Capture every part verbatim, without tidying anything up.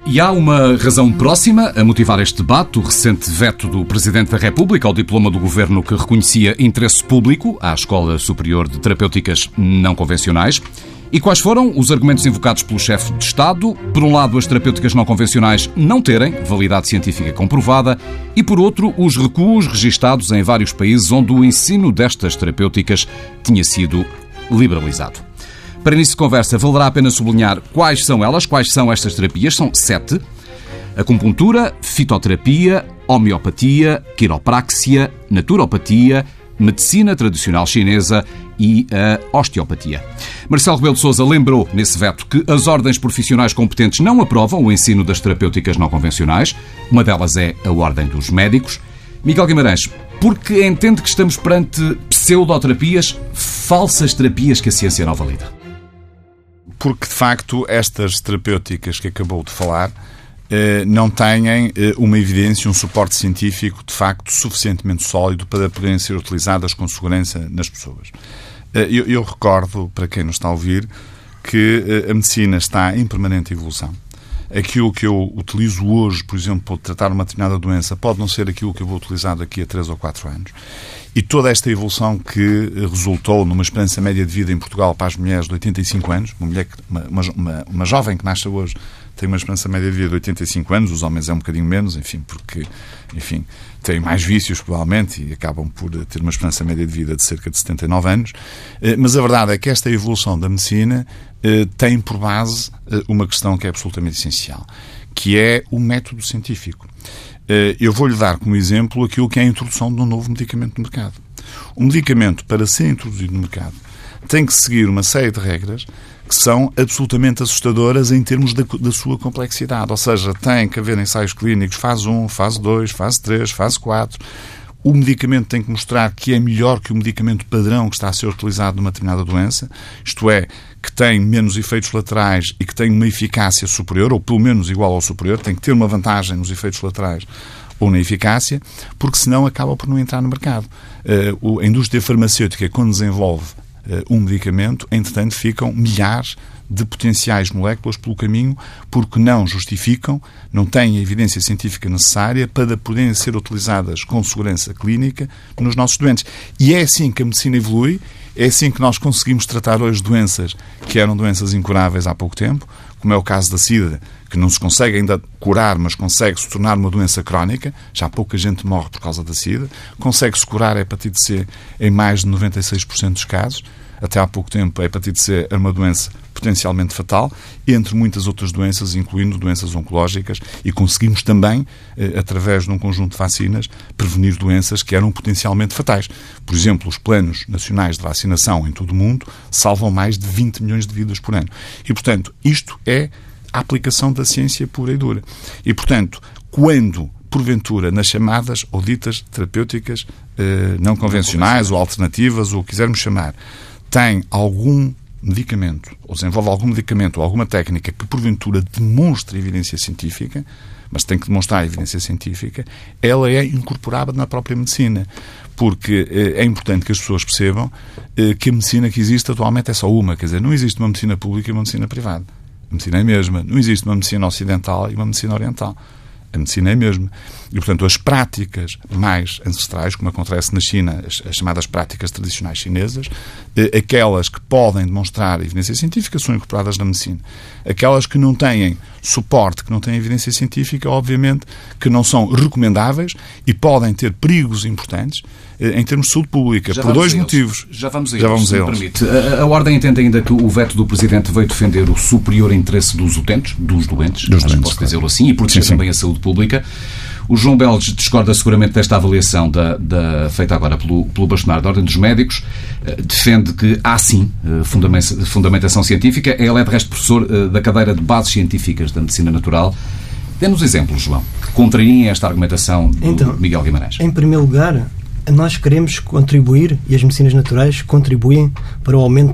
E há uma razão próxima a motivar este debate, o recente veto do Presidente da República ao diploma do Governo que reconhecia interesse público à Escola Superior de Terapêuticas Não Convencionais. E quais foram os argumentos invocados pelo chefe de Estado? Por um lado, as terapêuticas não convencionais não terem validade científica comprovada e, por outro, os recuos registados em vários países onde o ensino destas terapêuticas tinha sido liberalizado. Para início de conversa, valerá a pena sublinhar quais são elas, quais são estas terapias. São sete. Acupuntura, fitoterapia, homeopatia, quiropraxia, naturopatia, medicina tradicional chinesa e a osteopatia. Marcelo Rebelo de Sousa lembrou nesse veto que as ordens profissionais competentes não aprovam o ensino das terapêuticas não convencionais. Uma delas é a Ordem dos Médicos. Miguel Guimarães, porque entende que estamos perante pseudoterapias, falsas terapias que a ciência não valida? Porque, de facto, estas terapêuticas que acabou de falar eh, não têm eh, uma evidência, um suporte científico, de facto, suficientemente sólido para poderem ser utilizadas com segurança nas pessoas. Eh, eu, eu recordo, para quem nos está a ouvir, que eh, a medicina está em permanente evolução. Aquilo que eu utilizo hoje, por exemplo, para tratar uma determinada doença, pode não ser aquilo que eu vou utilizar daqui a três ou quatro anos. E toda esta evolução que resultou numa esperança média de vida em Portugal para as mulheres de oitenta e cinco anos, uma, mulher, uma, uma, uma jovem que nasce hoje tem uma esperança média de vida de oitenta e cinco anos, os homens é um bocadinho menos, enfim, porque, enfim, têm mais vícios, provavelmente, e acabam por ter uma esperança média de vida de cerca de setenta e nove anos. Mas a verdade é que esta evolução da medicina tem por base uma questão que é absolutamente essencial, que é o método científico. Eu vou-lhe dar como exemplo aquilo que é a introdução de um novo medicamento no mercado. O medicamento, para ser introduzido no mercado, tem que seguir uma série de regras que são absolutamente assustadoras em termos da, da sua complexidade. Ou seja, tem que haver ensaios clínicos, fase um, fase dois, fase três, fase quatro. O medicamento tem que mostrar que é melhor que o medicamento padrão que está a ser utilizado numa determinada doença, isto é, que tem menos efeitos laterais e que tem uma eficácia superior, ou pelo menos igual ao superior, tem que ter uma vantagem nos efeitos laterais ou na eficácia, porque senão acaba por não entrar no mercado. A indústria farmacêutica, quando desenvolve um medicamento, entretanto ficam milhares de potenciais moléculas pelo caminho porque não justificam, não têm a evidência científica necessária para poderem ser utilizadas com segurança clínica nos nossos doentes. E é assim que a medicina evolui, é assim que nós conseguimos tratar hoje doenças que eram doenças incuráveis há pouco tempo, como é o caso da SIDA, que não se consegue ainda curar, mas consegue-se tornar uma doença crónica. Já pouca gente morre por causa da SIDA. Consegue-se curar a hepatite C em mais de noventa e seis por cento dos casos. Até há pouco tempo a hepatite C era uma doença potencialmente fatal, entre muitas outras doenças, incluindo doenças oncológicas, e conseguimos também, através de um conjunto de vacinas, prevenir doenças que eram potencialmente fatais. Por exemplo, os planos nacionais de vacinação em todo o mundo salvam mais de vinte milhões de vidas por ano. E, portanto, isto é a aplicação da ciência pura e dura. E, portanto, quando porventura, nas chamadas ou ditas terapêuticas eh, não convencionais ou alternativas, ou o que quisermos chamar, tem algum medicamento, ou desenvolve algum medicamento ou alguma técnica que porventura demonstre evidência científica, mas tem que demonstrar evidência científica, ela é incorporada na própria medicina. Porque eh, é importante que as pessoas percebam eh, que a medicina que existe atualmente é só uma. Quer dizer, não existe uma medicina pública e uma medicina privada. A medicina é a mesma. Não existe uma medicina ocidental e uma medicina oriental. A medicina é a mesma. E, portanto, as práticas mais ancestrais, como acontece na China, as, as chamadas práticas tradicionais chinesas, eh, aquelas que podem demonstrar evidência científica são incorporadas na medicina. Aquelas que não têm suporte, que não têm evidência científica, obviamente que não são recomendáveis e podem ter perigos importantes eh, em termos de saúde pública, Já por dois eles. motivos. Já vamos a Já eles, vamos se a me eles. permite. A, a Ordem entende ainda que o veto do Presidente veio defender o superior interesse dos utentes, dos doentes, dos acho que doentes, posso dizê-lo assim, e proteger sim, sim. também a saúde pública. O João Beles discorda seguramente desta avaliação da, da, feita agora pelo, pelo bastonário da Ordem dos Médicos, defende que há sim fundamentação científica. Ele é, de resto, professor da cadeira de Bases Científicas da Medicina Natural. Dê-nos exemplos, João, que contrariem esta argumentação do então, Miguel Guimarães. Em primeiro lugar, nós queremos contribuir, e as medicinas naturais contribuem para o aumento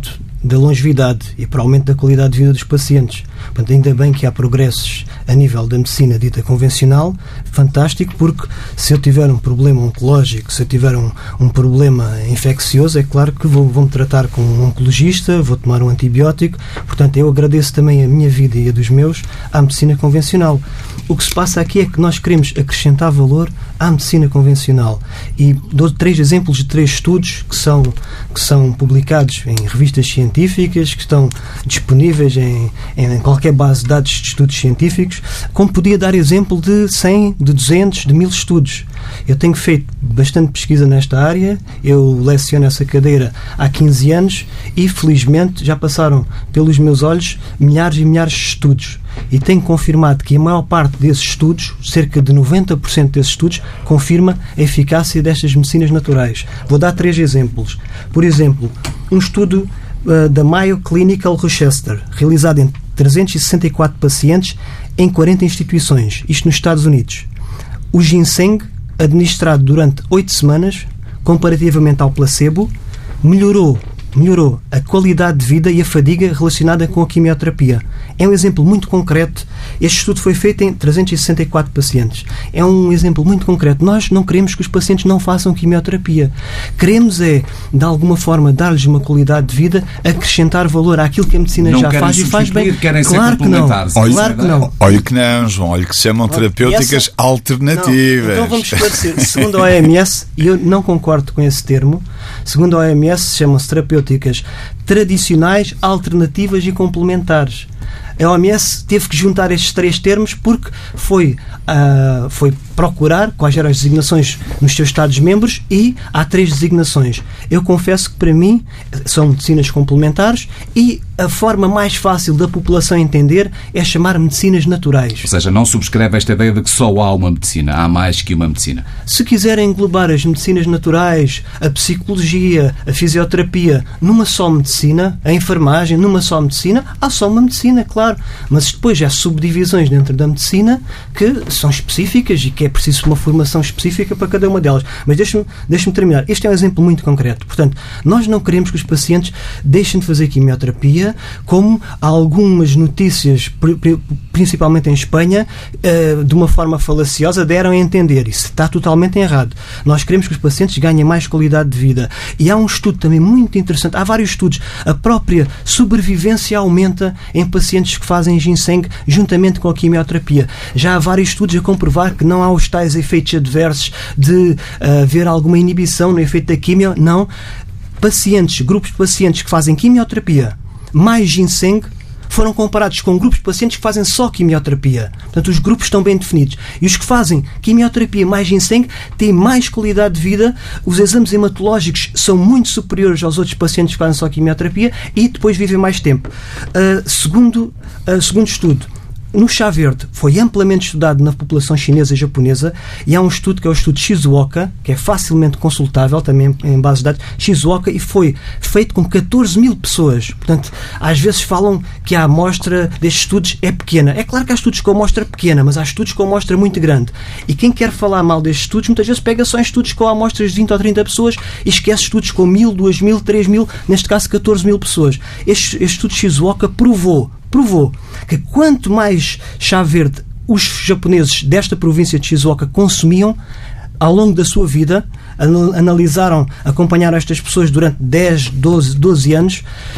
da longevidade e para o aumento da qualidade de vida dos pacientes. Portanto, ainda bem que há progressos a nível da medicina dita convencional, fantástico, porque se eu tiver um problema oncológico, se eu tiver um, um problema infeccioso, é claro que vou, vou-me tratar com um oncologista, vou tomar um antibiótico. Portanto, eu agradeço também a minha vida e a dos meus à medicina convencional. O que se passa aqui é que nós queremos acrescentar valor à medicina convencional. E dou três exemplos de três estudos que são, que são publicados em revistas científicas, que estão disponíveis em, em qualquer base de dados de estudos científicos, como podia dar exemplo de cem, de duzentos, de mil estudos. Eu tenho feito bastante pesquisa nesta área, eu leciono essa cadeira há quinze anos e, felizmente, já passaram pelos meus olhos milhares e milhares de estudos. E tenho confirmado que a maior parte desses estudos, cerca de noventa por cento desses estudos, confirma a eficácia destas medicinas naturais. Vou dar três exemplos. Por exemplo, um estudo uh, da Mayo Clinical Rochester, realizado em trezentos e sessenta e quatro pacientes em quarenta instituições, isto nos Estados Unidos. O ginseng, administrado durante oito semanas, comparativamente ao placebo, melhorou melhorou a qualidade de vida e a fadiga relacionada com a quimioterapia. É um exemplo muito concreto. Este estudo foi feito em trezentos e sessenta e quatro pacientes. É um exemplo muito concreto. Nós não queremos que os pacientes não façam quimioterapia. Queremos é, de alguma forma, dar-lhes uma qualidade de vida, acrescentar valor àquilo que a medicina não já faz e faz bem. Querem claro ser complementares. Olha, claro que não. Olha que não, João. Olha que se chamam terapêuticas essa... alternativas. Não. Então vamos esclarecer. Segundo a O M S, e eu não concordo com esse termo, segundo a O M S, chamam-se terapêuticas tradicionais, alternativas e complementares. A O M S teve que juntar estes três termos porque foi, uh, foi procurar quais eram as designações nos seus Estados-membros e há três designações. Eu confesso que, para mim, são medicinas complementares e a forma mais fácil da população entender é chamar medicinas naturais. Ou seja, não subscreve esta ideia de que só há uma medicina, há mais que uma medicina. Se quiserem englobar as medicinas naturais, a psicologia, a fisioterapia, numa só medicina, a enfermagem, numa só medicina, há só uma medicina, claro. Mas depois há subdivisões dentro da medicina que são específicas e que é preciso uma formação específica para cada uma delas. Mas deixe-me deixe-me terminar. Este é um exemplo muito concreto. Portanto, nós não queremos que os pacientes deixem de fazer quimioterapia, como algumas notícias, principalmente em Espanha, de uma forma falaciosa, deram a entender. Isso está totalmente errado. Nós queremos que os pacientes ganhem mais qualidade de vida. E há um estudo também muito interessante. Há vários estudos. A própria sobrevivência aumenta em pacientes que fazem ginseng juntamente com a quimioterapia. Já há vários estudos a comprovar que não há os tais efeitos adversos de uh, haver alguma inibição no efeito da quimio. Não. Pacientes, grupos de pacientes que fazem quimioterapia mais ginseng foram comparados com grupos de pacientes que fazem só quimioterapia. Portanto, os grupos estão bem definidos. E os que fazem quimioterapia mais ginseng têm mais qualidade de vida, os exames hematológicos são muito superiores aos outros pacientes que fazem só quimioterapia e depois vivem mais tempo. Uh, segundo, uh, segundo estudo, no chá verde foi amplamente estudado na população chinesa e japonesa e há um estudo que é o estudo Shizuoka, que é facilmente consultável também em base de dados, Shizuoka, e foi feito com catorze mil pessoas. Portanto, às vezes falam que a amostra destes estudos é pequena. É claro que há estudos com amostra pequena, mas há estudos com amostra muito grande. E quem quer falar mal destes estudos, muitas vezes pega só em estudos com amostras de vinte ou trinta pessoas e esquece estudos com mil, duas mil, três mil, neste caso catorze mil pessoas. Este, este estudo Shizuoka provou provou que quanto mais chá verde os japoneses desta província de Shizuoka consumiam ao longo da sua vida, analisaram, acompanharam estas pessoas durante dez, doze, doze anos,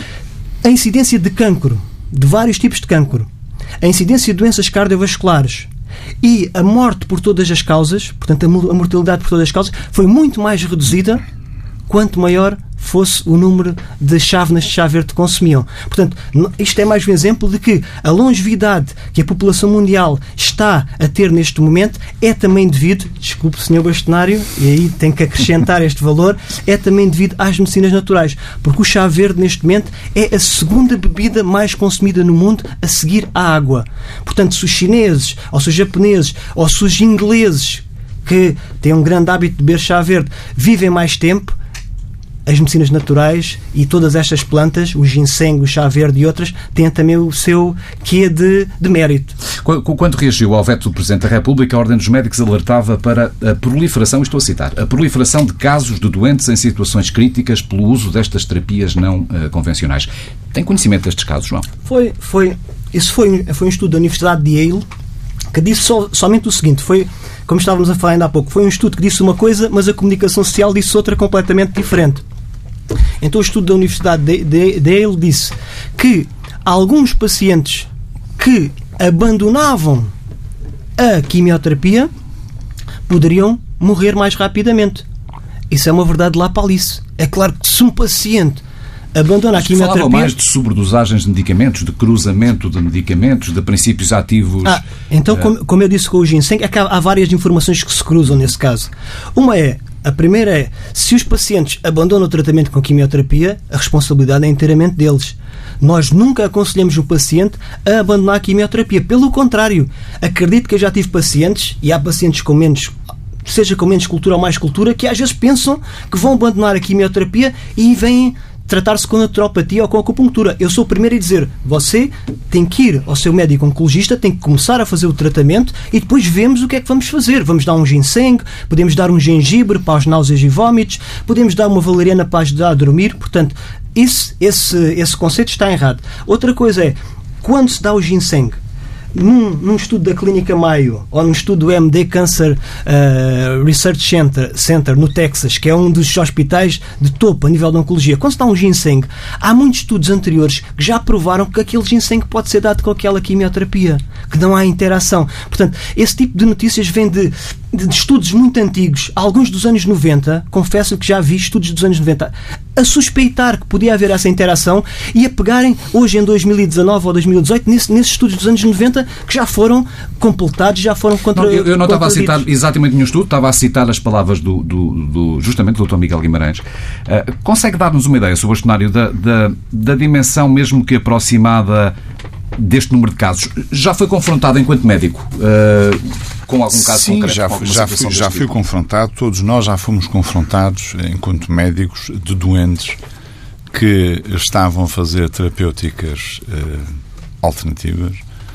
a incidência de cancro, de vários tipos de cancro, a incidência de doenças cardiovasculares e a morte por todas as causas, portanto a mortalidade por todas as causas, foi muito mais reduzida quanto maior fosse o número de chávenas de chá verde que consumiam. Portanto, isto é mais um exemplo de que a longevidade que a população mundial está a ter neste momento é também devido, desculpe, senhor Bastonário, e aí tem que acrescentar este valor, é também devido às medicinas naturais, porque o chá verde neste momento é a segunda bebida mais consumida no mundo a seguir à água. Portanto, se os chineses, ou se os japoneses, ou se os ingleses, que têm um grande hábito de beber chá verde, vivem mais tempo, as medicinas naturais e todas estas plantas, o ginseng, o chá verde e outras, têm também o seu quê de, de mérito. Quando reagiu ao veto do Presidente da República, a Ordem dos Médicos alertava para a proliferação, estou a citar, a proliferação de casos de doentes em situações críticas pelo uso destas terapias não uh, convencionais. Tem conhecimento destes casos, João? Foi, foi, isso foi, foi um estudo da Universidade de Yale que disse so, somente o seguinte, foi, como estávamos a falar ainda há pouco, foi um estudo que disse uma coisa, mas a comunicação social disse outra completamente diferente. Então o estudo da Universidade de, de, de Yale disse que alguns pacientes que abandonavam a quimioterapia poderiam morrer mais rapidamente. Isso é uma verdade lá para Alice. É claro que se um paciente abandona a quimioterapia... Falava mais de sobredosagens de medicamentos, de cruzamento de medicamentos, de princípios ativos... Ah, então, uh... como, como eu disse com o ginseng, é que há, há várias informações que se cruzam nesse caso. Uma é, a primeira é, se os pacientes abandonam o tratamento com quimioterapia, a responsabilidade é inteiramente deles. Nós nunca aconselhamos o paciente a abandonar a quimioterapia. Pelo contrário, acredito que eu já tive pacientes, e há pacientes com menos... seja com menos cultura ou mais cultura, que às vezes pensam que vão abandonar a quimioterapia e vêm tratar-se com naturopatia ou com acupuntura. Eu sou o primeiro a dizer, você tem que ir ao seu médico oncologista, tem que começar a fazer o tratamento e depois vemos o que é que vamos fazer. Vamos dar um ginseng, podemos dar um gengibre para as náuseas e vómitos, podemos dar uma valeriana para ajudar a dormir. Portanto, esse, esse, esse conceito está errado. Outra coisa é, quando se dá o ginseng, Num, num estudo da Clínica Mayo ou num estudo do M D Cancer uh, Research Center, Center no Texas, que é um dos hospitais de topo a nível de oncologia, quando se dá um ginseng, há muitos estudos anteriores que já provaram que aquele ginseng pode ser dado com aquela quimioterapia, que não há interação. Portanto, esse tipo de notícias vem de, de, de estudos muito antigos, alguns dos anos noventa, confesso que já vi estudos dos anos noventa, a suspeitar que podia haver essa interação e a pegarem hoje em dois mil e dezanove ou dois mil e dezoito nesse, nesses estudos dos anos noventa que já foram completados, já foram contra... Não, eu, eu não estava a citar exatamente nenhum estudo, estava a citar as palavras do, do, do justamente do doutor Miguel Guimarães. Uh, consegue dar-nos uma ideia sobre o cenário da, da, da dimensão mesmo que aproximada deste número de casos? Já foi confrontado enquanto médico uh, com algum caso Sim, concreto? já, fui, já, fui, já fui confrontado, todos nós já fomos confrontados enquanto médicos de doentes que estavam a fazer terapêuticas uh, alternativas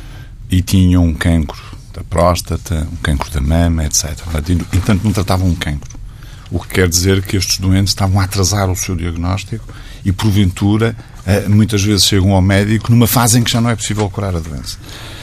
e tinham um cancro da próstata, um cancro da mama, etcétera. E, portanto, não tratavam um cancro. O que quer dizer que estes doentes estavam a atrasar o seu diagnóstico e, porventura, muitas vezes chegam ao médico numa fase em que já não é possível curar a doença.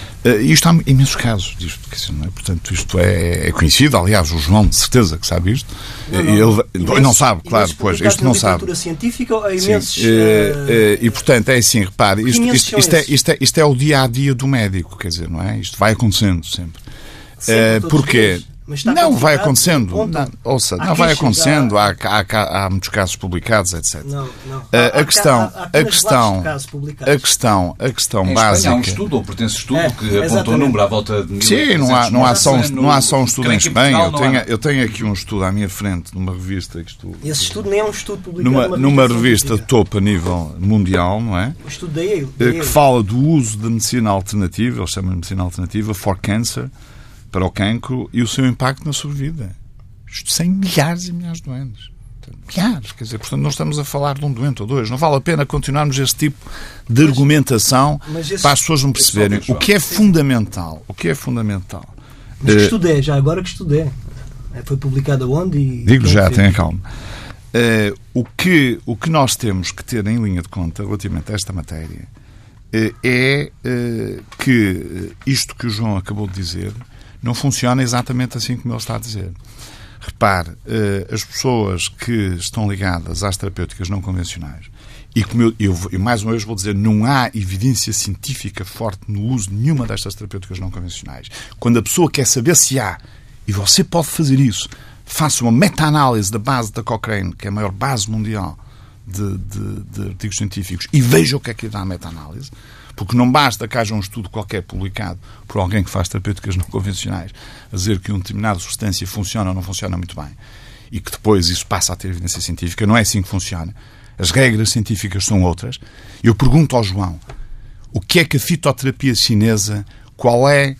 E isto há imensos casos disto, porque, não é? Portanto, isto é, é conhecido. Aliás, o João, de certeza que sabe isto. Não, não, ele imensos, não sabe, claro, pois, isto não sabe. Científica, imensos, Sim, uh, e, portanto, é assim, repare, isto, isto, isto, é, isto, é, isto é o dia-a-dia do médico, quer dizer, não é? Isto vai acontecendo sempre. sempre uh, porquê? Não, vai acontecendo. Não, ouça, não vai acontecendo. Há, há, há muitos casos publicados, etcétera. Não, não. A, a questão, há, há a questão, a questão, a questão em básica. Há um estudo, ou pertence estudo, é, que apontou um número à volta de mil. Sim, não há, não há só um, não há só um estudo em Espanha. Eu tenho, eu tenho aqui um estudo à minha frente, numa revista que estou. Esse estudo nem é um estudo publicado numa, numa revista de topo a nível mundial, não é? O estudo da Yale, que fala do uso da medicina alternativa, eles chamam de medicina alternativa, for cancer, para o cancro e o seu impacto na sobrevida. Isto sem milhares e milhares de doentes. Milhares, quer dizer, portanto não estamos a falar de um doente ou dois. Não vale a pena continuarmos este tipo de mas, argumentação mas esse, para as pessoas não perceberem. O que é fundamental, o que é fundamental... Mas que estudo é? Já agora que estudo é? Foi publicado onde? E... Digo já, tenha calma. Uh, o, que, o que nós temos que ter em linha de conta relativamente a esta matéria uh, é uh, que isto que o João acabou de dizer não funciona exatamente assim como ele está a dizer. Repare, as pessoas que estão ligadas às terapêuticas não convencionais, e como eu, eu, eu mais uma vez vou dizer, não há evidência científica forte no uso de nenhuma destas terapêuticas não convencionais. Quando a pessoa quer saber se há, e você pode fazer isso, faça uma meta-análise da base da Cochrane, que é a maior base mundial de, de, de artigos científicos, e veja o que é que dá a meta-análise. Porque não basta que haja um estudo qualquer publicado por alguém que faz terapêuticas não convencionais a dizer que uma determinada substância funciona ou não funciona muito bem e que depois isso passa a ter evidência científica. Não é assim que funciona. As regras científicas são outras. Eu pergunto ao João, o que é que a fitoterapia chinesa, qual é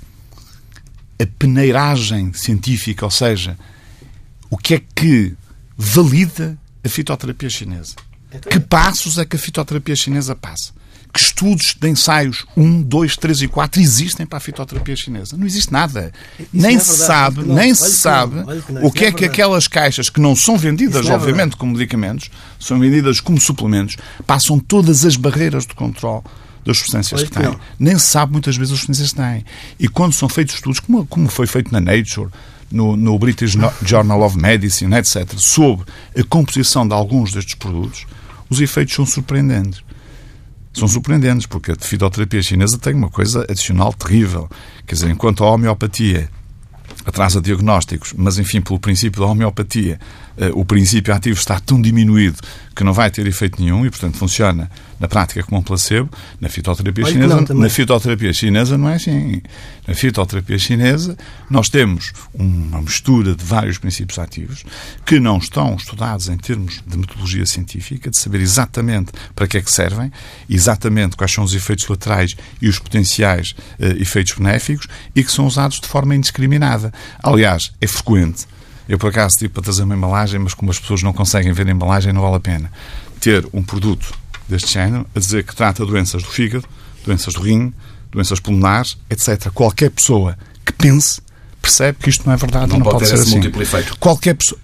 a peneiragem científica, ou seja, o que é que valida a fitoterapia chinesa? Que passos é que a fitoterapia chinesa passa? Que estudos de ensaios um, dois, três e quatro existem para a fitoterapia chinesa? Não existe nada. Isso nem é se verdade, sabe, não, nem se que sabe não, que não, o que é, é que aquelas caixas que não são vendidas, isso obviamente, é como medicamentos, são vendidas como suplementos, passam todas as barreiras de controle das substâncias olha que que têm. não. Nem se sabe muitas vezes as substâncias que têm. E quando são feitos estudos, como, como foi feito na Nature, no, no British Journal of Medicine, etcétera, sobre a composição de alguns destes produtos, os efeitos são surpreendentes. São surpreendentes, porque a fitoterapia chinesa tem uma coisa adicional terrível. Quer dizer, enquanto a homeopatia atrasa diagnósticos, mas, enfim, pelo princípio da homeopatia, o princípio ativo está tão diminuído que não vai ter efeito nenhum e, portanto, funciona na prática como um placebo. Na fitoterapia Olha chinesa, não, na fitoterapia chinesa não é assim. Na fitoterapia chinesa nós temos uma mistura de vários princípios ativos que não estão estudados em termos de metodologia científica, de saber exatamente para que é que servem, exatamente quais são os efeitos laterais e os potenciais uh, efeitos benéficos, e que são usados de forma indiscriminada. Aliás, é frequente. Eu, por acaso, tive para trazer uma embalagem, mas como as pessoas não conseguem ver a embalagem, não vale a pena ter um produto deste género a dizer que trata doenças do fígado, doenças do rim, doenças pulmonares, etcétera. Qualquer pessoa que pense percebe que isto não é verdade. Não, não pode, pode ter ser esse assim. múltiplo efeito. Qualquer pessoa...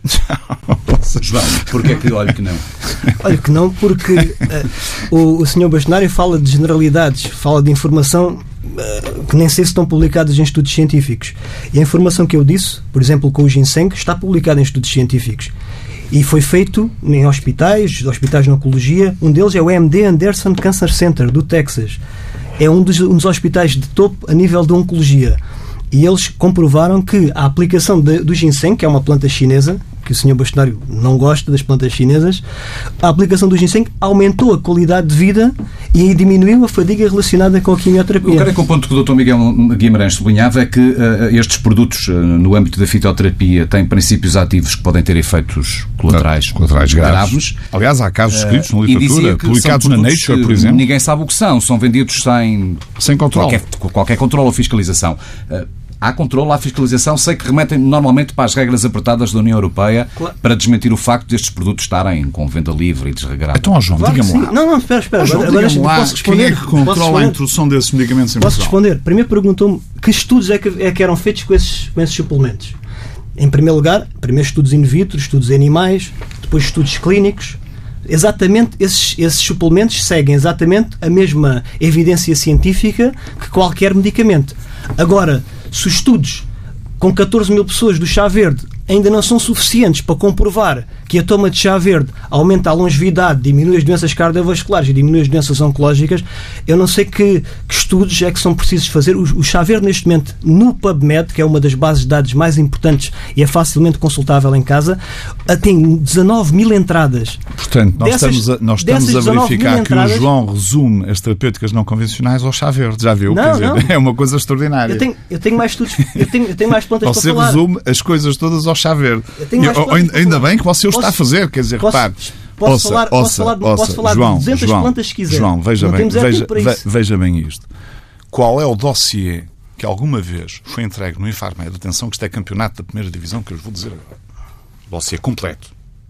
João, porquê é que olha que não? Olha que não, porque uh, o, o senhor Bastonário fala de generalidades, fala de informação uh, que nem sei se estão publicadas em estudos científicos. E a informação que eu disse, por exemplo, com o ginseng, está publicada em estudos científicos. E foi feito em hospitais, hospitais de oncologia. Um deles é o M D Anderson Cancer Center, do Texas. É um dos, um dos hospitais de topo a nível de oncologia. E eles comprovaram que a aplicação de, do ginseng, que é uma planta chinesa, que o senhor Bastonário não gosta das plantas chinesas, a aplicação do ginseng aumentou a qualidade de vida e diminuiu a fadiga relacionada com a quimioterapia. Eu creio que o ponto que o doutor Miguel Guimarães sublinhava é que uh, estes produtos, uh, no âmbito da fitoterapia, têm princípios ativos que podem ter efeitos colaterais, não, colaterais graves. graves. Aliás, há casos escritos uh, na literatura, publicados na Nature, por exemplo. Ninguém sabe o que são, são vendidos sem, sem controle. Qualquer, qualquer controle ou fiscalização. Uh, Há controle, há fiscalização. Sei que remetem normalmente para as regras apertadas da União Europeia, claro, para desmentir o facto destes produtos estarem com venda livre e desregrada. Então, João, claro, diga-me lá. Não, não, espera, espera. Oh, João, agora diga-me lá, posso responder? Quem é que controla a introdução desses medicamentos em Posso Portugal? responder? Primeiro perguntou-me que estudos é que, é que eram feitos com esses, com esses suplementos. Em primeiro lugar, primeiro estudos in vitro, estudos em animais, depois estudos clínicos. Exatamente, esses, esses suplementos seguem exatamente a mesma evidência científica que qualquer medicamento. Agora, se os estudos com catorze mil pessoas do chá verde ainda não são suficientes para comprovar que a toma de chá verde aumenta a longevidade, diminui as doenças cardiovasculares e diminui as doenças oncológicas, eu não sei que, que estudos é que são precisos fazer. O, o chá verde, neste momento, no PubMed, que é uma das bases de dados mais importantes e é facilmente consultável em casa, tem dezanove mil entradas. Portanto, nós dessas, estamos a, nós estamos a verificar que o João resume as terapêuticas não convencionais ao chá verde. Já viu? Não, Quer dizer, não. É uma coisa extraordinária. Eu tenho, eu tenho mais estudos, eu tenho, eu tenho mais plantas Você para falar. Você resume as coisas todas ao chá verde. Eu tenho mais Eu, plantas ainda ainda para bem que você o posso, está a fazer, quer dizer, posso, repare. Posso ouça, falar, ouça, posso falar, ouça, posso falar João, de duzentas João, plantas se quiser. João, veja não bem, veja, ve, veja bem isto. Qual é o dossiê que alguma vez foi entregue no Infarmed? Atenção que isto é campeonato da primeira divisão, que eu lhes vou dizer agora. Dossiê completo.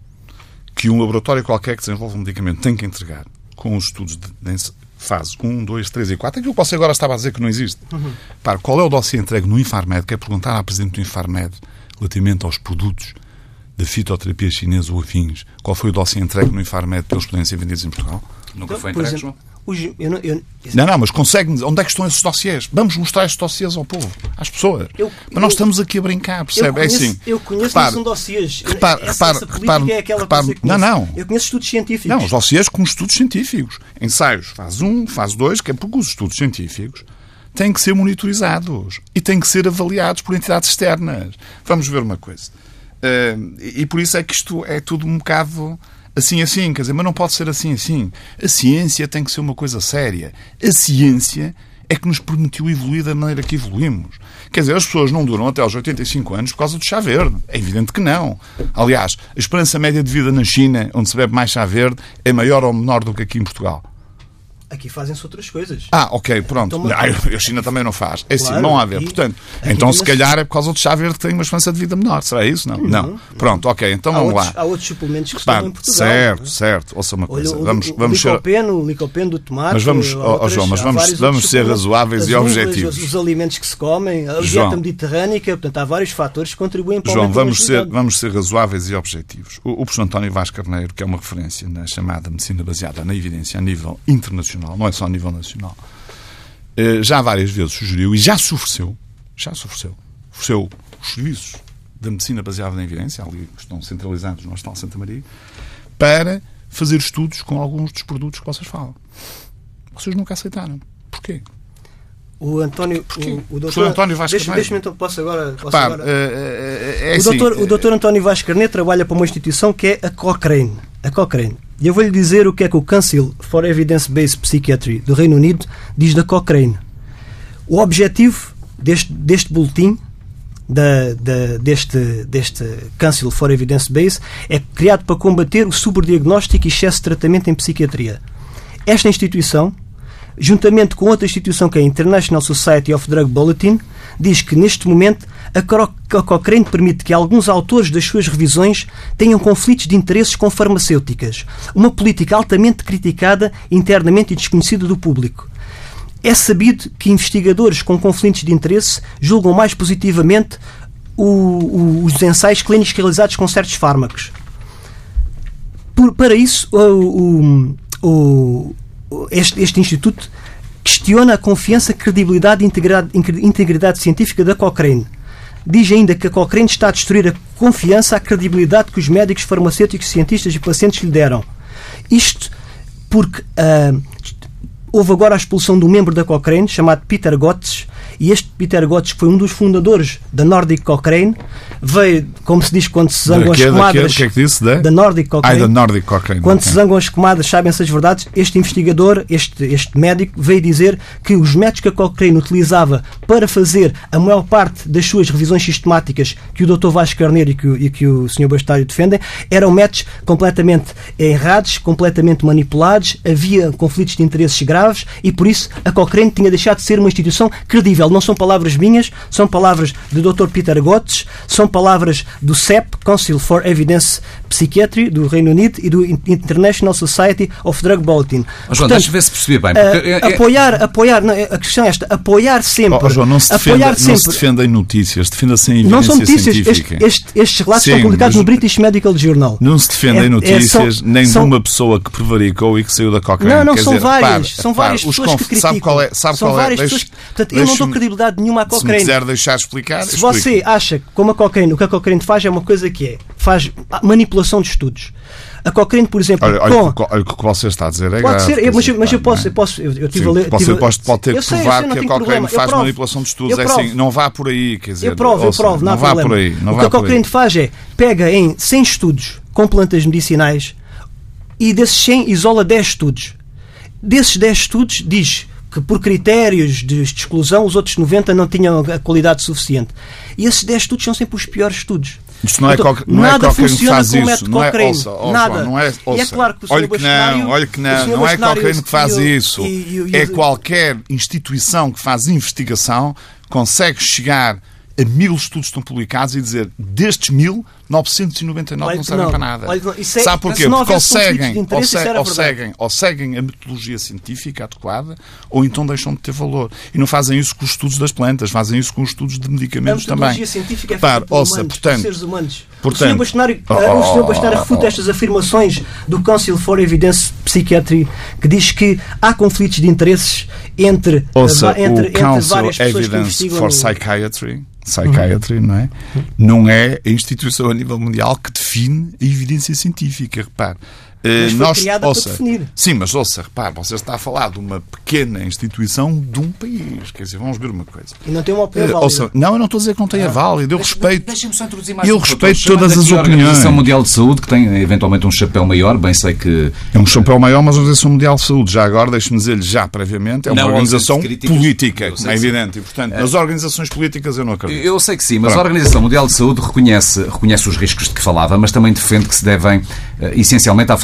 Que um laboratório qualquer que desenvolve um medicamento tem que entregar com os estudos de, de fase um, dois, três e quatro. Aquilo que você agora estava a dizer que não existe. Uhum. Para, qual é o dossiê entregue no Infarmed? Que é perguntar à Presidente do Infarmed relativamente aos produtos da fitoterapia chinesa ou afins. Qual foi o dossiê entregue no Infarmed para eles poderem ser vendidos em Portugal? Nunca então, foi entregue, João? Eu não, eu... não, não, mas consegue-me... Onde é que estão esses dossiês? Vamos mostrar esses dossiês ao povo, às pessoas. Eu, mas nós eu, estamos aqui a brincar, percebe? Eu conheço, é assim. Eu conheço repare, não são dossiês. Repare, essa, repare, essa política repare, é aquela repare, coisa que não, não. Eu conheço estudos científicos. Não, os dossiês como estudos científicos. Ensaios, fase um, fase dois, que é porque os estudos científicos têm que ser monitorizados e têm que ser avaliados por entidades externas. Vamos ver uma coisa. Uh, e por isso é que isto é tudo um bocado assim, assim, quer dizer, mas não pode ser assim, assim. A ciência tem que ser uma coisa séria. A ciência é que nos permitiu evoluir da maneira que evoluímos. Quer dizer, as pessoas não duram até aos oitenta e cinco anos por causa do chá verde. É evidente que não. Aliás, a esperança média de vida na China, onde se bebe mais chá verde, é maior ou menor do que aqui em Portugal. Aqui fazem-se outras coisas. Ah, ok, pronto. Então, não, a China também não faz. É claro, assim, não há a ver. aqui, Portanto, aqui então se mas... calhar é por causa do chá verde que tem uma esperança de vida menor. Será isso? Não. Não. não. Pronto, ok, então há vamos outros, lá. Há outros suplementos que Pá, estão em Portugal. certo, não é? certo. Ouça uma coisa. Olha, o, vamos, o, vamos o ser... licopeno, o licopeno do tomate. Mas vamos, outras, oh, João, mas vamos, vamos ser razoáveis e objetivos. Os, os alimentos que se comem, a João, dieta mediterrânica, portanto, há vários fatores que contribuem para o João, aumento da vamos ser, longevidade. vamos ser razoáveis e objetivos. O, o professor António Vaz Carneiro, que é uma referência na chamada medicina baseada na evidência a nível internacional, não é só a nível nacional, já várias vezes sugeriu e já se ofereceu, já se ofereceu, ofereceu os serviços da medicina baseada na evidência, ali estão centralizados no Hospital Santa Maria, para fazer estudos com alguns dos produtos que vocês falam. Vocês nunca aceitaram. Porquê? O António, o, o doutor António Vaz Carneiro. Deixa-me então, posso agora. Posso Repare, agora... É, é o, assim, doutor, o doutor António Vaz Carneiro trabalha para uma instituição que é a Cochrane. A Cochrane. E eu vou-lhe dizer o que é que o Council for Evidence-Based Psychiatry do Reino Unido diz da Cochrane. O objetivo deste, deste boletim, da, da, deste, deste Council for Evidence-Based, é criado para combater o sobrediagnóstico e excesso de tratamento em psiquiatria. Esta instituição, juntamente com outra instituição que é a International Society of Drug Bulletin, diz que neste momento a Cochrane permite que alguns autores das suas revisões tenham conflitos de interesses com farmacêuticas, uma política altamente criticada internamente e desconhecida do público. É sabido que investigadores com conflitos de interesse julgam mais positivamente o, o, os ensaios clínicos realizados com certos fármacos. Por, para isso, o, o, o, este, este instituto questiona a confiança, credibilidade e integridade, integridade científica da Cochrane. Diz ainda que a Cochrane está a destruir a confiança, a credibilidade que os médicos, farmacêuticos, cientistas e pacientes lhe deram. Isto porque uh, houve agora a expulsão de um membro da Cochrane, chamado Peter Gotts, e este Peter Gotts, que foi um dos fundadores da Nordic Cochrane, veio, como se diz quando se zangam as comadres... O que é que disse? Da, da Nordic Cochrane. Ah, da Nordic Cochrane. Quando okay. se zangam as comadres, sabem-se as verdades. Este investigador, este, este médico, veio dizer que os métodos que a Cochrane utilizava para fazer a maior parte das suas revisões sistemáticas, que o doutor Vaz Carneiro e que o, e que o senhor Bastário defendem, eram métodos completamente errados, completamente manipulados, havia conflitos de interesses graves e, por isso, a Cochrane tinha deixado de ser uma instituição credível. Não são palavras minhas, são palavras do doutor Peter Gotts, são palavras do C E P, Council for Evidence Psychiatry, do Reino Unido, e do International Society of Drug Bulletin. Oh, João, deixa-me ver se percebi bem. Porque uh, é... Apoiar, apoiar, não, a questão é esta, apoiar sempre. Oh, João, não se, defenda, apoiar não sempre, se defenda em notícias, defenda-se em evidência não são notícias, científica. Este, este, estes relatos Sim, são publicados mas... no British Medical Journal. Não se defenda é, em notícias, é, são, nem são... de uma pessoa que prevaricou e que saiu da Cochrane. Não, não, Quer são dizer, várias. repare, são várias repare, pessoas conf... que criticam. Sabe qual é? Sabe são qual é? várias Deixe... pessoas. Portanto, eu não dou credibilidade nenhuma à Cochrane. Se me quiser deixar explicar, Se você acha que, como a Cochrane, o que a Cochrane faz é uma coisa que é, faz manipulação de estudos. A Cochrane, por exemplo, olha, com... olha, olha, o que você está a dizer é pode grave. ser, mas, mas eu posso, eu posso, eu, eu tive Sim, a ler, você tive, pode, pode ter que sei, provar sei, que a Cochrane problema. faz provo, manipulação de estudos. É provo. assim, não vá por aí, quer dizer, eu provo, ouça, eu provo, não, não vá problema. por aí. Não o vá que a por Cochrane aí. faz é, pega em cem estudos com plantas medicinais e desses cem isola dez estudos. Desses dez estudos diz que por critérios de exclusão os outros noventa não tinham a qualidade suficiente. E esses dez estudos são sempre os piores estudos. Isto não é, então, não nada é Cochrane que funciona faz com o isso. método Não é, Cochrane. ouça, ouça, nada. não é, ouça. E é claro que o olha que não, olha que não, não é Cochrane que faz isso. E, e, e, é qualquer instituição que faz investigação consegue chegar a mil estudos que estão publicados e dizer destes mil, novecentos e noventa e nove olha, não servem não, para nada. Olha, é, Sabe porquê? Porque ou seguem, ou, se, ou, seguem, ou seguem a metodologia científica adequada ou então deixam de ter valor. E não fazem isso com os estudos das plantas, fazem isso com os estudos de medicamentos também. A metodologia também. científica é feita por ouça, humanos, portanto, por seres humanos. Portanto, o senhor Bastonário, oh, o senhor oh, Bastonário refuta oh, estas afirmações do Council for Evidence Psychiatry que diz que há conflitos de interesses entre, ouça, entre, o entre Council várias pessoas Evidence que investigam for no... Psychiatry Psychiatry, uhum. não é? Não é a instituição a nível mundial que define a evidência científica, repare. Mas foi nós, criada ouça, para definir. Sim, mas ouça, repare, você está a falar de uma pequena instituição de um país. Quer dizer, vamos ver uma coisa. E não tem uma opinião uh, válida. Ouça, não, eu não estou a dizer que não tenha ah, válida. Eu respeito. Deixa-me só introduzir mais eu um respeito doutor, todas as opiniões. A Organização opiniões. Mundial de Saúde, que tem eventualmente um chapéu maior, bem sei que. É um chapéu maior, mas a Organização Mundial de Saúde, já agora, deixe-me dizer-lhe já previamente, é uma não, organização política, como é evidente. E, portanto, é. nas organizações políticas eu não acredito. Eu sei que sim, mas Pronto. a Organização Mundial de Saúde reconhece, reconhece os riscos de que falava, mas também defende que se devem, uh, essencialmente, à falta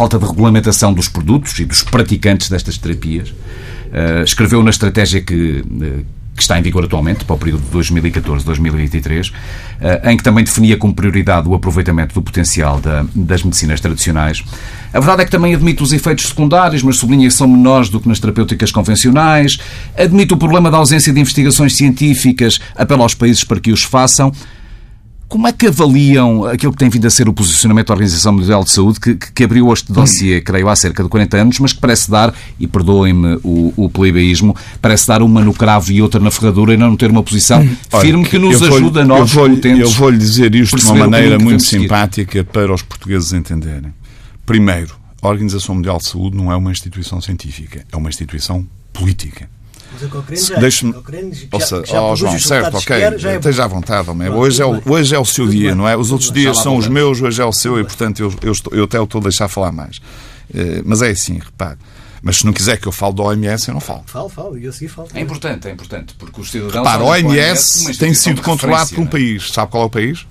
falta de regulamentação dos produtos e dos praticantes destas terapias. Uh, escreveu na estratégia que, uh, que está em vigor atualmente, para o período de dois mil e catorze a dois mil e vinte e três, uh, em que também definia como prioridade o aproveitamento do potencial da, das medicinas tradicionais. A verdade é que também admite os efeitos secundários, mas sublinha que são menores do que nas terapêuticas convencionais, admite o problema da ausência de investigações científicas, apela aos países para que os façam. Como é que avaliam aquilo que tem vindo a ser o posicionamento da Organização Mundial de Saúde, que, que abriu este dossiê, creio, há cerca de quarenta anos, mas que parece dar, e perdoem-me o, o plebeísmo, parece dar uma no cravo e outra na ferradura e não ter uma posição firme que nos ajuda a nós, eu vou, utentes, eu vou-lhe dizer isto de uma maneira muito simpática para os portugueses entenderem. Primeiro, a Organização Mundial de Saúde não é uma instituição científica, é uma instituição política. Deixe-me. Oh, João, certo, ok. É esteja à vontade, homem. Hoje, é o, hoje é o seu dia, não é? Os outros dias são os meus, hoje é o seu e, portanto, eu, eu, estou, eu até o estou a deixar falar mais. Uh, mas é assim, repare. Mas se não quiser que eu fale da O M S, eu não falo. Falo, falo, e eu segui falo. É importante, é importante, porque os cidadãos. Repare, a O M S tem sido controlado por um país. Sabe qual é o país?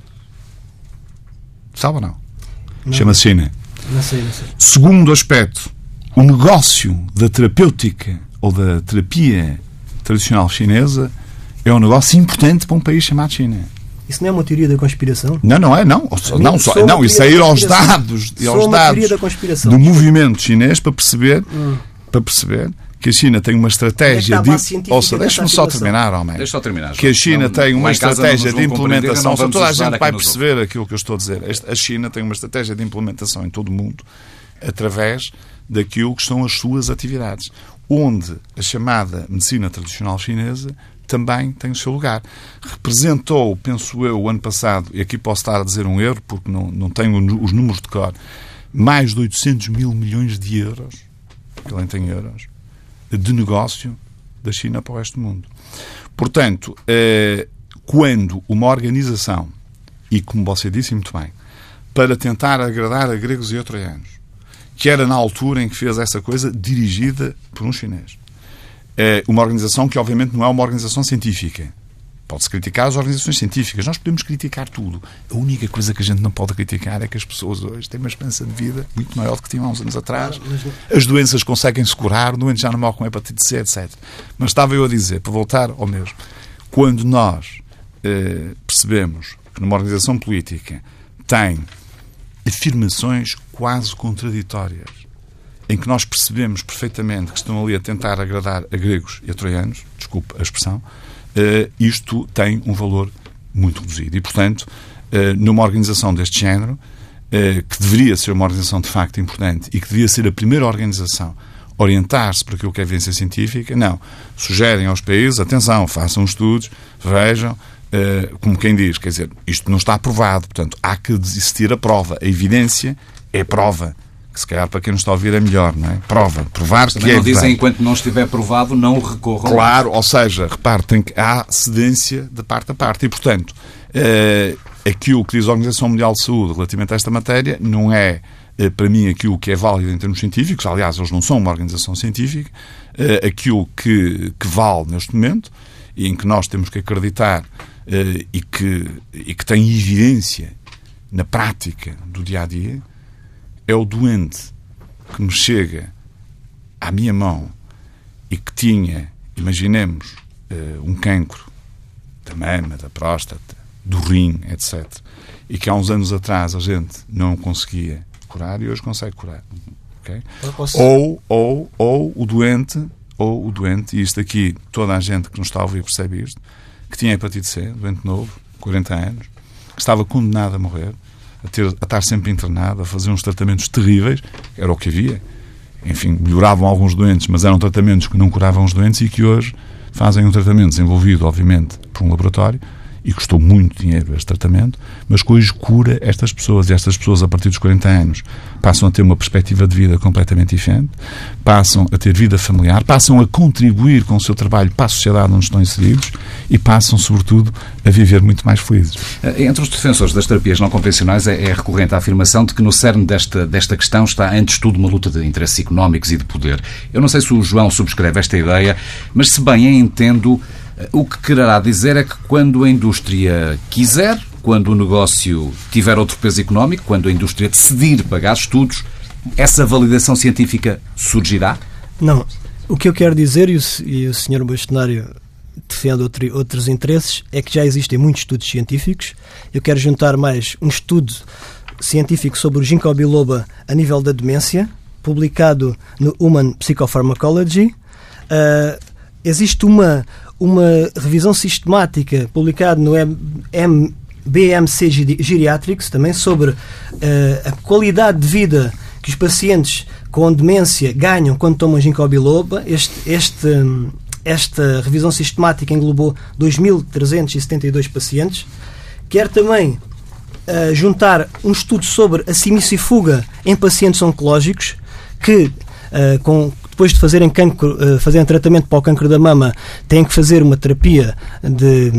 Sabe ou não? não. Chama-se China. Não sei, não sei. Segundo aspecto, o negócio da terapêutica ou da terapia tradicional chinesa é um negócio importante para um país chamado China. Isso não é uma teoria da conspiração? Não, não é, não. Não, só, não isso é ir aos dados, e aos dados do movimento chinês para perceber, hum. para perceber que a China tem uma estratégia é de... Ouça, deixa-me só terminar, homem. Deixa só terminar. Que a China não, tem uma estratégia de implementação. Só toda a gente vai perceber aquilo que eu estou a dizer. A China tem uma estratégia de implementação em todo o mundo através daquilo que são as suas atividades, onde a chamada medicina tradicional chinesa também tem o seu lugar. Representou, penso eu, o ano passado, e aqui posso estar a dizer um erro, porque não, não tenho os números de cor, mais de oitocentos mil milhões de euros, que além tem euros, de negócio da China para o resto do mundo. Portanto, eh, quando uma organização, e como você disse muito bem, para tentar agradar a gregos e a troianos, que era na altura em que fez essa coisa dirigida por um chinês. É uma organização que, obviamente, não é uma organização científica. Pode-se criticar as organizações científicas. Nós podemos criticar tudo. A única coisa que a gente não pode criticar é que as pessoas hoje têm uma esperança de vida muito maior do que tinham há uns anos atrás. As doenças conseguem-se curar, doentes já não morrem com hepatite C, etcétera. Mas estava eu a dizer, para voltar ao mesmo, quando nós eh, percebemos que numa organização política tem afirmações quase contraditórias, em que nós percebemos perfeitamente que estão ali a tentar agradar a gregos e a troianos, desculpe a expressão, uh, isto tem um valor muito reduzido. E, portanto, uh, numa organização deste género, uh, que deveria ser uma organização de facto importante e que devia ser a primeira organização a orientar-se para aquilo que é evidência científica, não. Sugerem aos países, atenção, façam estudos, vejam, Uh, como quem diz, quer dizer, isto não está aprovado, portanto, há que existir a prova. A evidência é prova, que se calhar para quem não está a ouvir é melhor, não é? Prova, provar que é verdade. Não dizem, enquanto não estiver provado, não recorram. Claro, ou seja, repare, tem que, há cedência de parte a parte e, portanto, uh, aquilo que diz a Organização Mundial de Saúde relativamente a esta matéria não é, uh, para mim, aquilo que é válido em termos científicos. Aliás, eles não são uma organização científica. Uh, aquilo que, que vale neste momento e em que nós temos que acreditar Uh, e, que, e que tem evidência na prática do dia-a-dia, é o doente que me chega à minha mão e que tinha, imaginemos, uh, um cancro da mama, da próstata, do rim, etcétera, e que há uns anos atrás a gente não conseguia curar e hoje consegue curar. Okay? Ou, ou, ou o doente, ou o doente, e isto aqui, toda a gente que nos está a ouvir percebe isto, que tinha hepatite C, doente novo, quarenta anos, que estava condenado a morrer, a, ter, a estar sempre internado, a fazer uns tratamentos terríveis, era o que havia. Enfim, melhoravam alguns doentes, mas eram tratamentos que não curavam os doentes e que hoje fazem um tratamento desenvolvido, obviamente, por um laboratório, e custou muito dinheiro este tratamento, mas que hoje cura estas pessoas. E estas pessoas, a partir dos quarenta anos, passam a ter uma perspectiva de vida completamente diferente, passam a ter vida familiar, passam a contribuir com o seu trabalho para a sociedade onde estão inseridos e passam, sobretudo, a viver muito mais felizes. Entre os defensores das terapias não convencionais é, é recorrente a afirmação de que no cerne desta, desta questão está, antes de tudo, uma luta de interesses económicos e de poder. Eu não sei se o João subscreve esta ideia, mas se bem a entendo, o que quererá dizer é que quando a indústria quiser, quando o negócio tiver outro peso económico, quando a indústria decidir pagar estudos, essa validação científica surgirá? Não. O que eu quero dizer, e o, e o senhor Bastonário defende outro, outros interesses, é que já existem muitos estudos científicos. Eu quero juntar mais um estudo científico sobre o ginkgo biloba a nível da demência, publicado no Human Psychopharmacology. Uh, existe uma, uma revisão sistemática publicada no M, B M C Geriatrics também sobre uh, a qualidade de vida que os pacientes com demência ganham quando tomam ginkgo biloba. Este, este, esta revisão sistemática englobou dois mil trezentos e setenta e dois pacientes. Quer também uh, juntar um estudo sobre a cimicifuga em pacientes oncológicos que, uh, com, depois de fazerem, cancro, uh, fazerem tratamento para o cancro da mama, têm que fazer uma terapia de...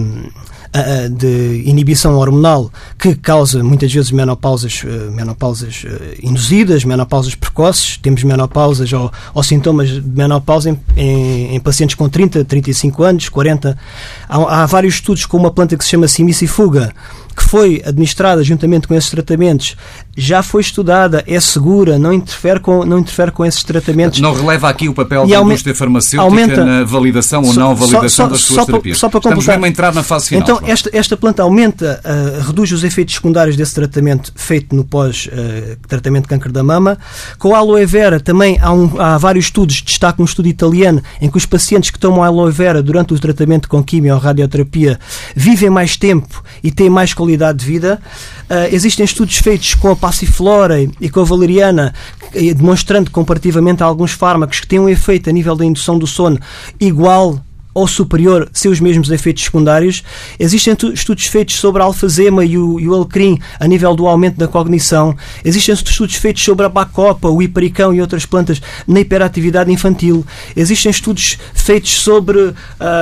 de inibição hormonal que causa muitas vezes menopausas, menopausas induzidas, menopausas precoces. Temos menopausas ou, ou sintomas de menopausa em, em, em pacientes com trinta, trinta e cinco anos, quarenta. Há, há vários estudos com uma planta que se chama cimicifuga, que foi administrada juntamente com esses tratamentos, já foi estudada, é segura, não interfere com, não interfere com esses tratamentos. Não releva aqui o papel da indústria farmacêutica aumenta, na validação ou só, não validação só, das suas só terapias. Só para Estamos mesmo a entrar na fase final. Então, esta, esta planta aumenta, uh, reduz os efeitos secundários desse tratamento feito no pós-tratamento uh, de câncer da mama. Com a aloe vera também há, um, há vários estudos, destaco um estudo italiano, em que os pacientes que tomam aloe vera durante o tratamento com quimio ou radioterapia vivem mais tempo e têm mais qualidade de vida. Uh, existem estudos feitos com a passiflora e com a valeriana, demonstrando comparativamente a alguns fármacos que têm um efeito a nível da indução do sono igual ou superior, seus mesmos efeitos secundários. Existem estudos feitos sobre a alfazema e o, e o alecrim a nível do aumento da cognição. Existem estudos feitos sobre a bacopa, o hipericão e outras plantas na hiperatividade infantil. Existem estudos feitos sobre uh,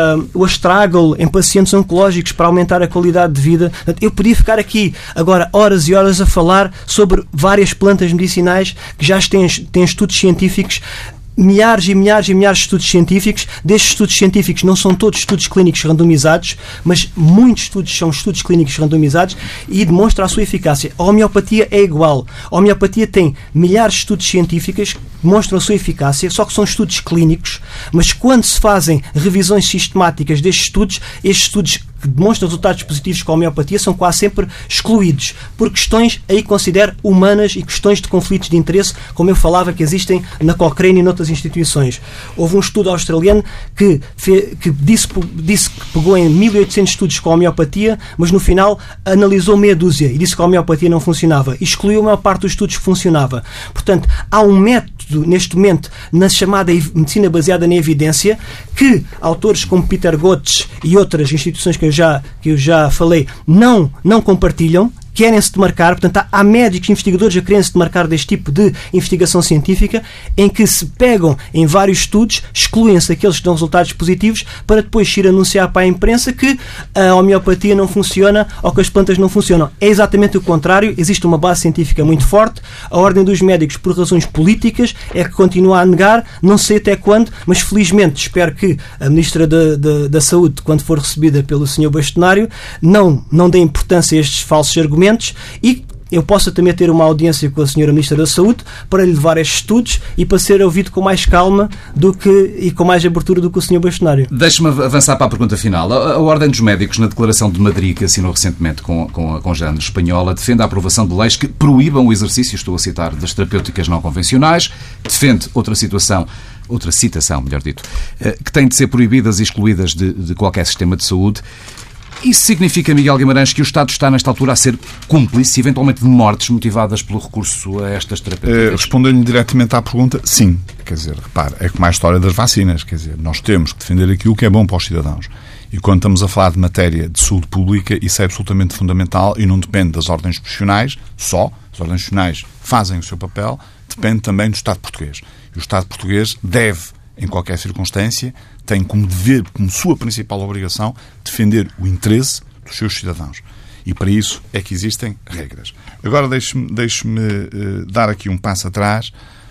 o astragal em pacientes oncológicos para aumentar a qualidade de vida. Eu podia ficar aqui agora horas e horas a falar sobre várias plantas medicinais que já têm, têm estudos científicos, milhares e milhares e milhares de estudos científicos. Destes estudos científicos não são todos estudos clínicos randomizados, mas muitos estudos são estudos clínicos randomizados e demonstram a sua eficácia. A homeopatia é igual. A homeopatia tem milhares de estudos científicos que demonstram a sua eficácia, só que são estudos clínicos, mas quando se fazem revisões sistemáticas destes estudos, estes estudos que demonstram resultados positivos com a homeopatia são quase sempre excluídos por questões aí que considero humanas e questões de conflitos de interesse, como eu falava que existem na Cochrane e noutras instituições. Houve um estudo australiano que, fe, que disse, disse que pegou em mil e oitocentos estudos com a homeopatia, mas no final analisou meia dúzia e disse que a homeopatia não funcionava e excluiu a maior parte dos estudos que funcionava. Portanto, há um método neste momento na chamada medicina baseada na evidência que autores como Peter Gotts e outras instituições que eu já, que eu já falei não, não compartilham, querem-se demarcar. Portanto, há, há médicos investigadores a querem-se demarcar deste tipo de investigação científica em que se pegam em vários estudos, excluem-se aqueles que dão resultados positivos para depois ir anunciar para a imprensa que a homeopatia não funciona ou que as plantas não funcionam. É exatamente o contrário. Existe uma base científica muito forte. A Ordem dos Médicos, por razões políticas, é que continua a negar, não sei até quando, mas felizmente espero que a Ministra da, da, da Saúde, quando for recebida pelo senhor Bastonário, não, não dê importância a estes falsos argumentos e eu possa também ter uma audiência com a senhora Ministra da Saúde para lhe levar estes estudos e para ser ouvido com mais calma do que, e com mais abertura do que o senhor Bastonário. Deixe-me avançar para a pergunta final. A, a Ordem dos Médicos, na Declaração de Madrid, que assinou recentemente com, com a Congênere Espanhola, defende a aprovação de leis que proíbam o exercício, estou a citar, das terapêuticas não convencionais, defende outra situação, outra citação, melhor dito, que têm de ser proibidas e excluídas de, de qualquer sistema de saúde. Isso significa, Miguel Guimarães, que o Estado está, nesta altura, a ser cúmplice, eventualmente, de mortes motivadas pelo recurso a estas terapêuticas? Respondendo-lhe diretamente à pergunta, sim. Quer dizer, repare, é como a história das vacinas. Quer dizer, nós temos que defender aquilo que é bom para os cidadãos. E quando estamos a falar de matéria de saúde pública, isso é absolutamente fundamental e não depende das ordens profissionais só. As ordens profissionais fazem o seu papel, depende também do Estado português. E o Estado português deve, em qualquer circunstância, tem como dever, como sua principal obrigação, defender o interesse dos seus cidadãos. E para isso é que existem regras. Agora deixe-me, deixe-me uh, dar aqui um passo atrás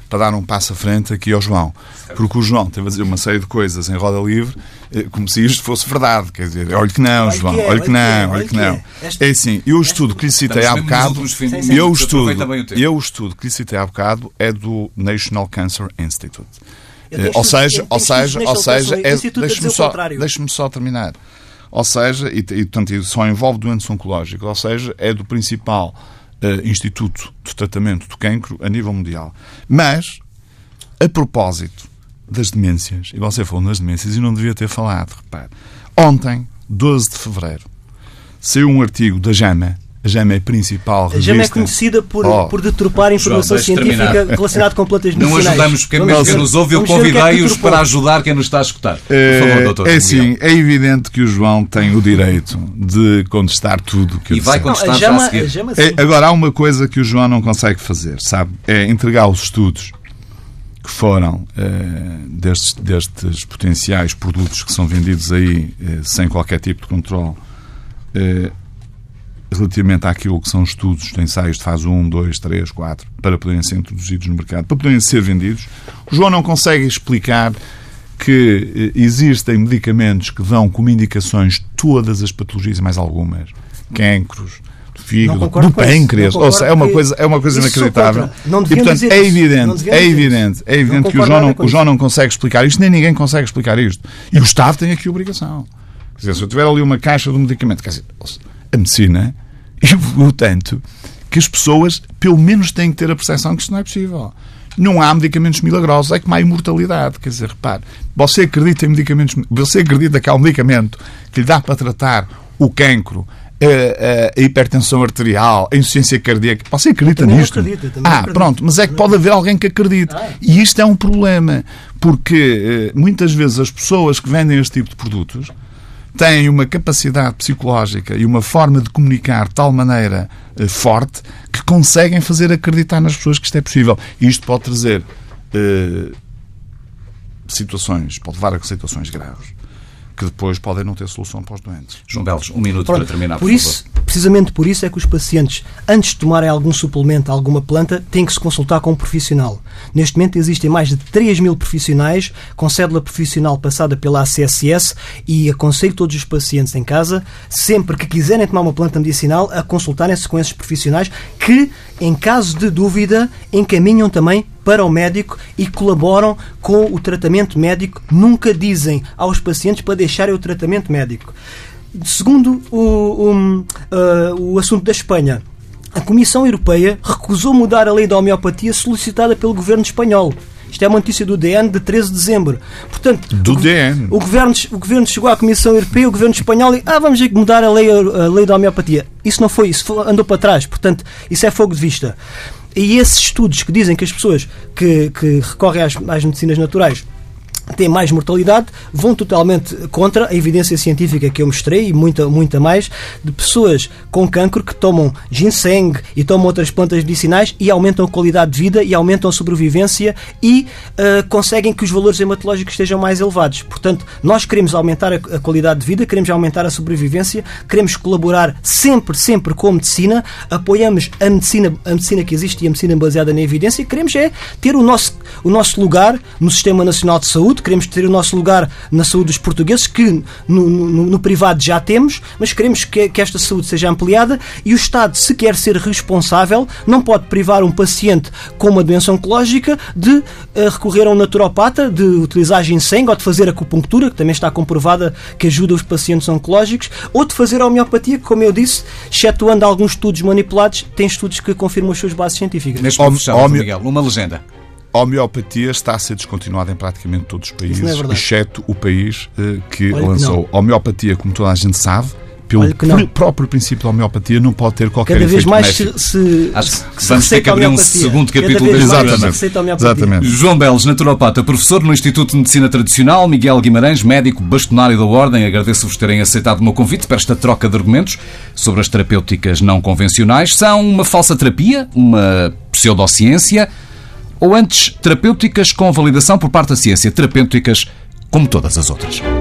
para dar um passo à frente aqui ao João. Porque o João teve a dizer uma série de coisas em roda livre, como se isto fosse verdade. Quer dizer, olha que não, João, olha que não, olha que não. É assim, eu o estudo que lhe citei há bocado, eu o estudo, eu o estudo que lhe citei há bocado é do National Cancer Institute. Ou seja, ou seja, ou seja, deixe-me só, deixe-me só terminar. Ou seja, e, e portanto, só envolve doenças oncológicas, ou seja, é do principal uh, instituto de tratamento do cancro a nível mundial. Mas, a propósito das demências, e você falou nas demências e não devia ter falado, repare. Ontem, doze de fevereiro, saiu um artigo da JAMA. A JAMA é a principal revista. A JAMA é conhecida por, oh. por deturpar informação João, científica relacionada com plantas medicinais. Não ajudamos quem, mesmo quem nos ouve, eu convidei-os é para ajudar quem nos está a escutar. É, por favor, doutor. É assim, é evidente que o João tem o direito de contestar tudo que eu E vai disser. contestar já a seguir. É, agora, há uma coisa que o João não consegue fazer, sabe? É entregar os estudos que foram eh, destes, destes potenciais produtos que são vendidos aí eh, sem qualquer tipo de controle eh, relativamente àquilo que são estudos de ensaios de fase um, dois, três, quatro, para poderem ser introduzidos no mercado, para poderem ser vendidos. O João não consegue explicar que eh, existem medicamentos que dão como indicações todas as patologias, mais algumas, cancros, do fígado, do pâncreas, ou seja, é uma coisa, é uma coisa inacreditável. E, portanto, é evidente, é evidente, é evidente que o João, não, o João não consegue explicar isto, nem ninguém consegue explicar isto. E o Estado tem aqui a obrigação. Quer dizer, se eu tiver ali uma caixa de um medicamento, quer dizer, a medicina, eu, portanto, que as pessoas, pelo menos, têm que ter a percepção que isto não é possível. Não há medicamentos milagrosos, é como há imortalidade. Quer dizer, repare, você acredita em medicamentos, você acredita que há um medicamento que lhe dá para tratar o cancro, a, a, a hipertensão arterial, a insuficiência cardíaca, você acredita nisto? Acredito, ah, acredito. Pronto, mas é que pode haver alguém que acredite. Ah. E isto é um problema, porque muitas vezes as pessoas que vendem este tipo de produtos têm uma capacidade psicológica e uma forma de comunicar de tal maneira uh, forte que conseguem fazer acreditar nas pessoas que isto é possível. E isto pode trazer uh, situações, pode levar a situações graves, que depois podem não ter solução para os doentes. João Belos, um minuto Pronto, para terminar, por, por isso, favor. Precisamente por isso é que os pacientes, antes de tomarem algum suplemento, alguma planta, têm que se consultar com um profissional. Neste momento existem mais de três mil profissionais com cédula profissional passada pela A C S S e aconselho todos os pacientes em casa, sempre que quiserem tomar uma planta medicinal, a consultarem-se com esses profissionais que, em caso de dúvida, encaminham também para o médico e colaboram com o tratamento médico. Nunca dizem aos pacientes para deixarem o tratamento médico. Segundo o, o, uh, o assunto da Espanha, a Comissão Europeia recusou mudar a lei da homeopatia solicitada pelo governo espanhol. Isto é uma notícia do D N de treze de dezembro. Portanto, do o, D N. O governo, o governo chegou à Comissão Europeia, o governo espanhol e ah, vamos mudar a lei, a lei da homeopatia. Isso não foi, isso foi, andou para trás. Portanto, isso é fogo de vista. E esses estudos que dizem que as pessoas que, que recorrem às, às medicinas naturais têm mais mortalidade, vão totalmente contra a evidência científica que eu mostrei e muita, muita mais, de pessoas com cancro que tomam ginseng e tomam outras plantas medicinais e aumentam a qualidade de vida e aumentam a sobrevivência e uh, conseguem que os valores hematológicos estejam mais elevados. Portanto, nós queremos aumentar a, a qualidade de vida, queremos aumentar a sobrevivência, queremos colaborar sempre, sempre com a medicina, apoiamos a medicina, a medicina que existe e a medicina baseada na evidência, queremos é ter o nosso, o nosso lugar no Sistema Nacional de Saúde, queremos ter o nosso lugar na saúde dos portugueses, que no, no, no privado já temos, mas queremos que, que esta saúde seja ampliada e o Estado, se quer ser responsável, não pode privar um paciente com uma doença oncológica de uh, recorrer a um naturopata, de utilizar ginseng ou de fazer acupuntura, que também está comprovada que ajuda os pacientes oncológicos, ou de fazer a homeopatia, que, como eu disse, excetuando alguns estudos manipulados, tem estudos que confirmam as suas bases científicas. Neste profissão, Miguel, uma legenda. A homeopatia está a ser descontinuada em praticamente todos os países, é exceto o país uh, que Olha lançou. Que a homeopatia, como toda a gente sabe, pelo pr- próprio princípio da homeopatia, não pode ter qualquer Cada vez efeito mais benéfico. se, se, Acho que se vamos ter que abrir um segundo capítulo deste Exatamente. Exatamente. João Belos, naturopata, professor no Instituto de Medicina Tradicional, Miguel Guimarães, médico bastonário da Ordem. Agradeço-vos terem aceitado o meu convite para esta troca de argumentos sobre as terapêuticas não convencionais. São uma falsa terapia, uma pseudociência, ou antes, terapêuticas com validação por parte da ciência, terapêuticas como todas as outras.